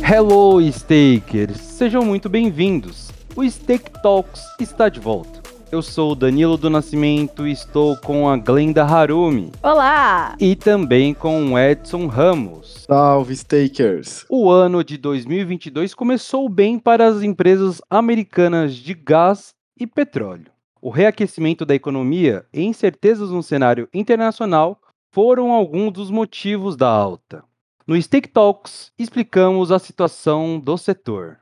Hello, Stakers! Sejam muito bem-vindos! O Stake Talks está de volta. Eu sou o Danilo do Nascimento e estou com a Glenda Harumi. Olá! E também com o Edson Ramos. Salve, Stakers! O ano de 2022 começou bem para as empresas americanas de gás e petróleo. O reaquecimento da economia e incertezas no cenário internacional foram alguns dos motivos da alta. No Stake Talks, explicamos a situação do setor.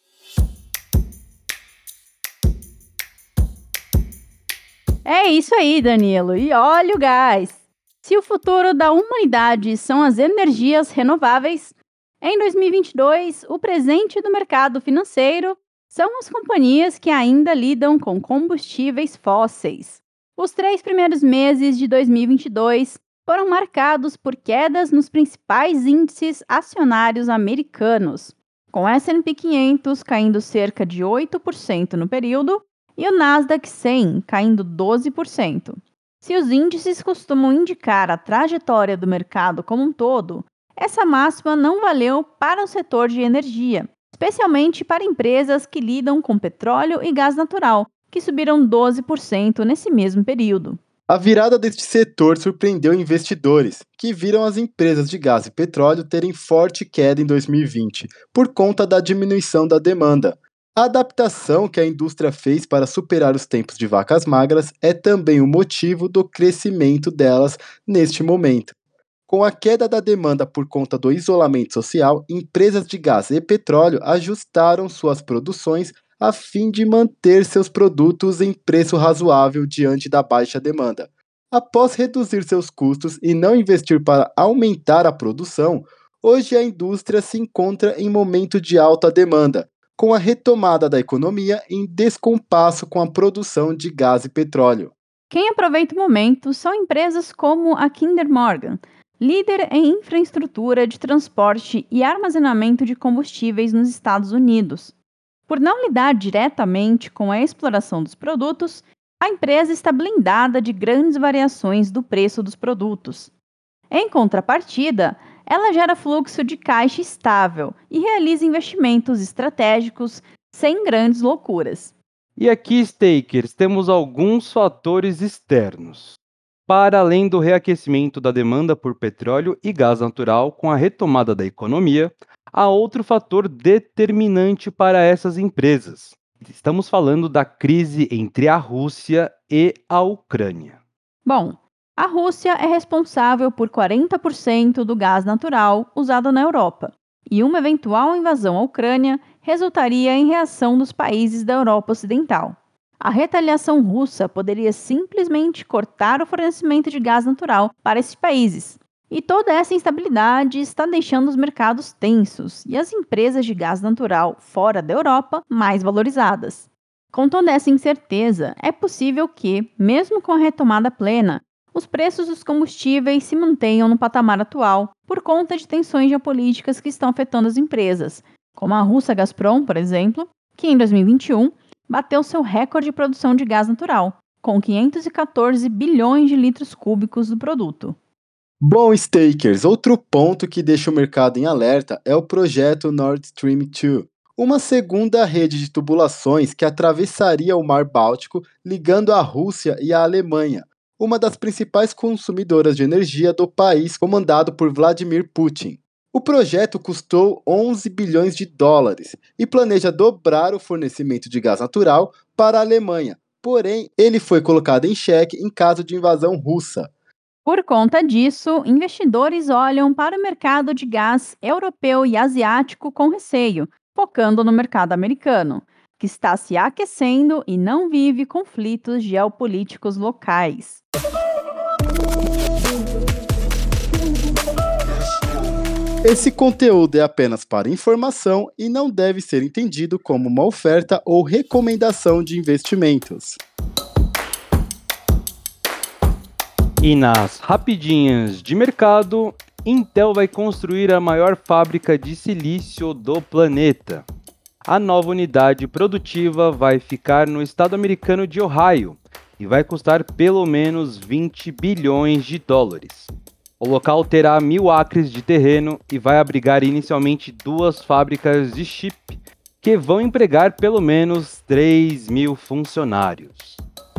É isso aí, Danilo. E olha o gás! Se o futuro da humanidade são as energias renováveis, em 2022, o presente do mercado financeiro são as companhias que ainda lidam com combustíveis fósseis. Os 3 primeiros meses de 2022 foram marcados por quedas nos principais índices acionários americanos, com o S&P 500 caindo cerca de 8% no período e o Nasdaq 100 caindo 12%. Se os índices costumam indicar a trajetória do mercado como um todo, essa máxima não valeu para o setor de energia, especialmente para empresas que lidam com petróleo e gás natural, que subiram 12% nesse mesmo período. A virada deste setor surpreendeu investidores, que viram as empresas de gás e petróleo terem forte queda em 2020, por conta da diminuição da demanda. A adaptação que a indústria fez para superar os tempos de vacas magras é também o motivo do crescimento delas neste momento. Com a queda da demanda por conta do isolamento social, empresas de gás e petróleo ajustaram suas produções a fim de manter seus produtos em preço razoável diante da baixa demanda. Após reduzir seus custos e não investir para aumentar a produção, hoje a indústria se encontra em momento de alta demanda, com a retomada da economia em descompasso com a produção de gás e petróleo. Quem aproveita o momento são empresas como a Kinder Morgan, líder em infraestrutura de transporte e armazenamento de combustíveis nos Estados Unidos. Por não lidar diretamente com a exploração dos produtos, a empresa está blindada de grandes variações do preço dos produtos. Em contrapartida, ela gera fluxo de caixa estável e realiza investimentos estratégicos sem grandes loucuras. E aqui, Stakers, temos alguns fatores externos. Para além do reaquecimento da demanda por petróleo e gás natural com a retomada da economia, há outro fator determinante para essas empresas. Estamos falando da crise entre a Rússia e a Ucrânia. Bom, a Rússia é responsável por 40% do gás natural usado na Europa, e uma eventual invasão à Ucrânia resultaria em reação dos países da Europa Ocidental. A retaliação russa poderia simplesmente cortar o fornecimento de gás natural para esses países. E toda essa instabilidade está deixando os mercados tensos e as empresas de gás natural fora da Europa mais valorizadas. Com toda essa incerteza, é possível que, mesmo com a retomada plena, os preços dos combustíveis se mantenham no patamar atual por conta de tensões geopolíticas que estão afetando as empresas, como a russa Gazprom, por exemplo, que em 2021 bateu seu recorde de produção de gás natural, com 514 bilhões de litros cúbicos do produto. Bom, Stakers, outro ponto que deixa o mercado em alerta é o projeto Nord Stream 2, uma segunda rede de tubulações que atravessaria o Mar Báltico, ligando a Rússia e a Alemanha, uma das principais consumidoras de energia do país comandado por Vladimir Putin. O projeto custou 11 bilhões de dólares e planeja dobrar o fornecimento de gás natural para a Alemanha, porém ele foi colocado em xeque em caso de invasão russa. Por conta disso, investidores olham para o mercado de gás europeu e asiático com receio, focando no mercado americano, que está se aquecendo e não vive conflitos geopolíticos locais. Esse conteúdo é apenas para informação e não deve ser entendido como uma oferta ou recomendação de investimentos. E nas rapidinhas de mercado, Intel vai construir a maior fábrica de silício do planeta. A nova unidade produtiva vai ficar no estado americano de Ohio e vai custar pelo menos 20 bilhões de dólares. O local terá 1.000 acres de terreno e vai abrigar inicialmente 2 fábricas de chip, que vão empregar pelo menos 3.000 funcionários.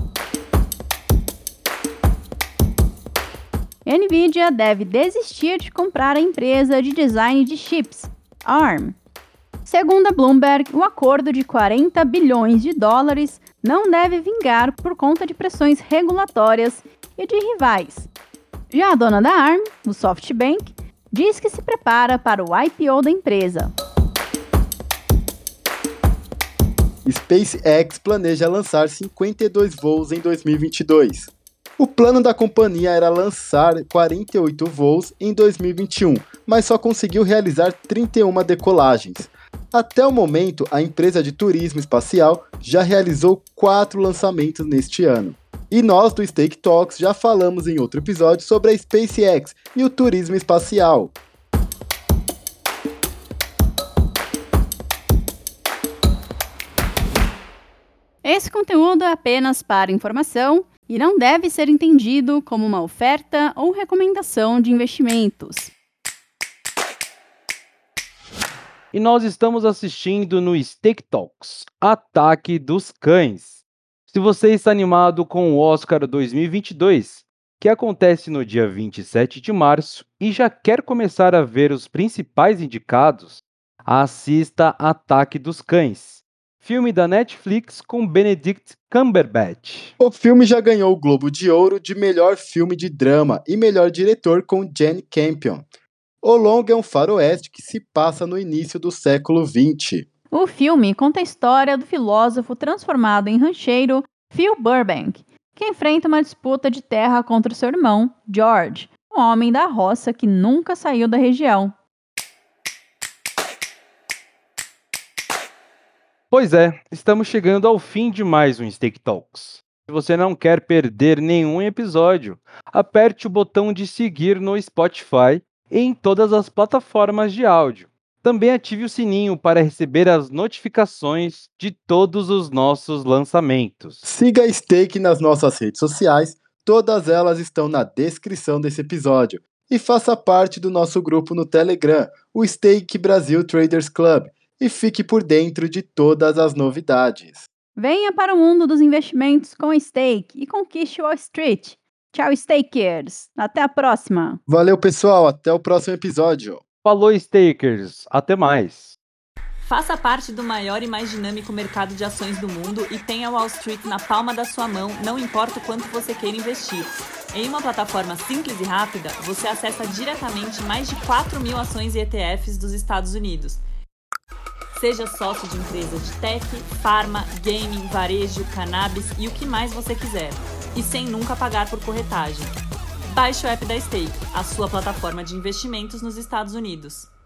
NVIDIA deve desistir de comprar a empresa de design de chips, ARM. Segundo a Bloomberg, o acordo de 40 bilhões de dólares não deve vingar por conta de pressões regulatórias e de rivais. Já a dona da ARM, o SoftBank, diz que se prepara para o IPO da empresa. SpaceX planeja lançar 52 voos em 2022. O plano da companhia era lançar 48 voos em 2021, mas só conseguiu realizar 31 decolagens. Até o momento, a empresa de turismo espacial já realizou 4 lançamentos neste ano. E nós do Stake Talks já falamos em outro episódio sobre a SpaceX e o turismo espacial. Esse conteúdo é apenas para informação e não deve ser entendido como uma oferta ou recomendação de investimentos. E nós estamos assistindo no Stake Talks, Ataque dos Cães. Se você está animado com o Oscar 2022, que acontece no dia 27 de março, e já quer começar a ver os principais indicados, assista Ataque dos Cães, filme da Netflix com Benedict Cumberbatch. O filme já ganhou o Globo de Ouro de melhor filme de drama e melhor diretor com Jane Campion. O longa é um faroeste que se passa no início do século XX. O filme conta a história do filósofo transformado em rancheiro Phil Burbank, que enfrenta uma disputa de terra contra seu irmão, George, um homem da roça que nunca saiu da região. Pois é, estamos chegando ao fim de mais um Stake Talks. Se você não quer perder nenhum episódio, aperte o botão de seguir no Spotify e em todas as plataformas de áudio. Também ative o sininho para receber as notificações de todos os nossos lançamentos. Siga a Stake nas nossas redes sociais, todas elas estão na descrição desse episódio. E faça parte do nosso grupo no Telegram, o Stake Brasil Traders Club, e fique por dentro de todas as novidades. Venha para o mundo dos investimentos com a Stake e conquiste Wall Street. Tchau, Stakers! Até a próxima! Valeu, pessoal! Até o próximo episódio! Falou, Stakers! Até mais! Faça parte do maior e mais dinâmico mercado de ações do mundo e tenha Wall Street na palma da sua mão, não importa o quanto você queira investir. Em uma plataforma simples e rápida, você acessa diretamente mais de 4.000 ações e ETFs dos Estados Unidos. Seja sócio de empresa de tech, farma, gaming, varejo, cannabis e o que mais você quiser. E sem nunca pagar por corretagem. Baixe o app da Stake, a sua plataforma de investimentos nos Estados Unidos.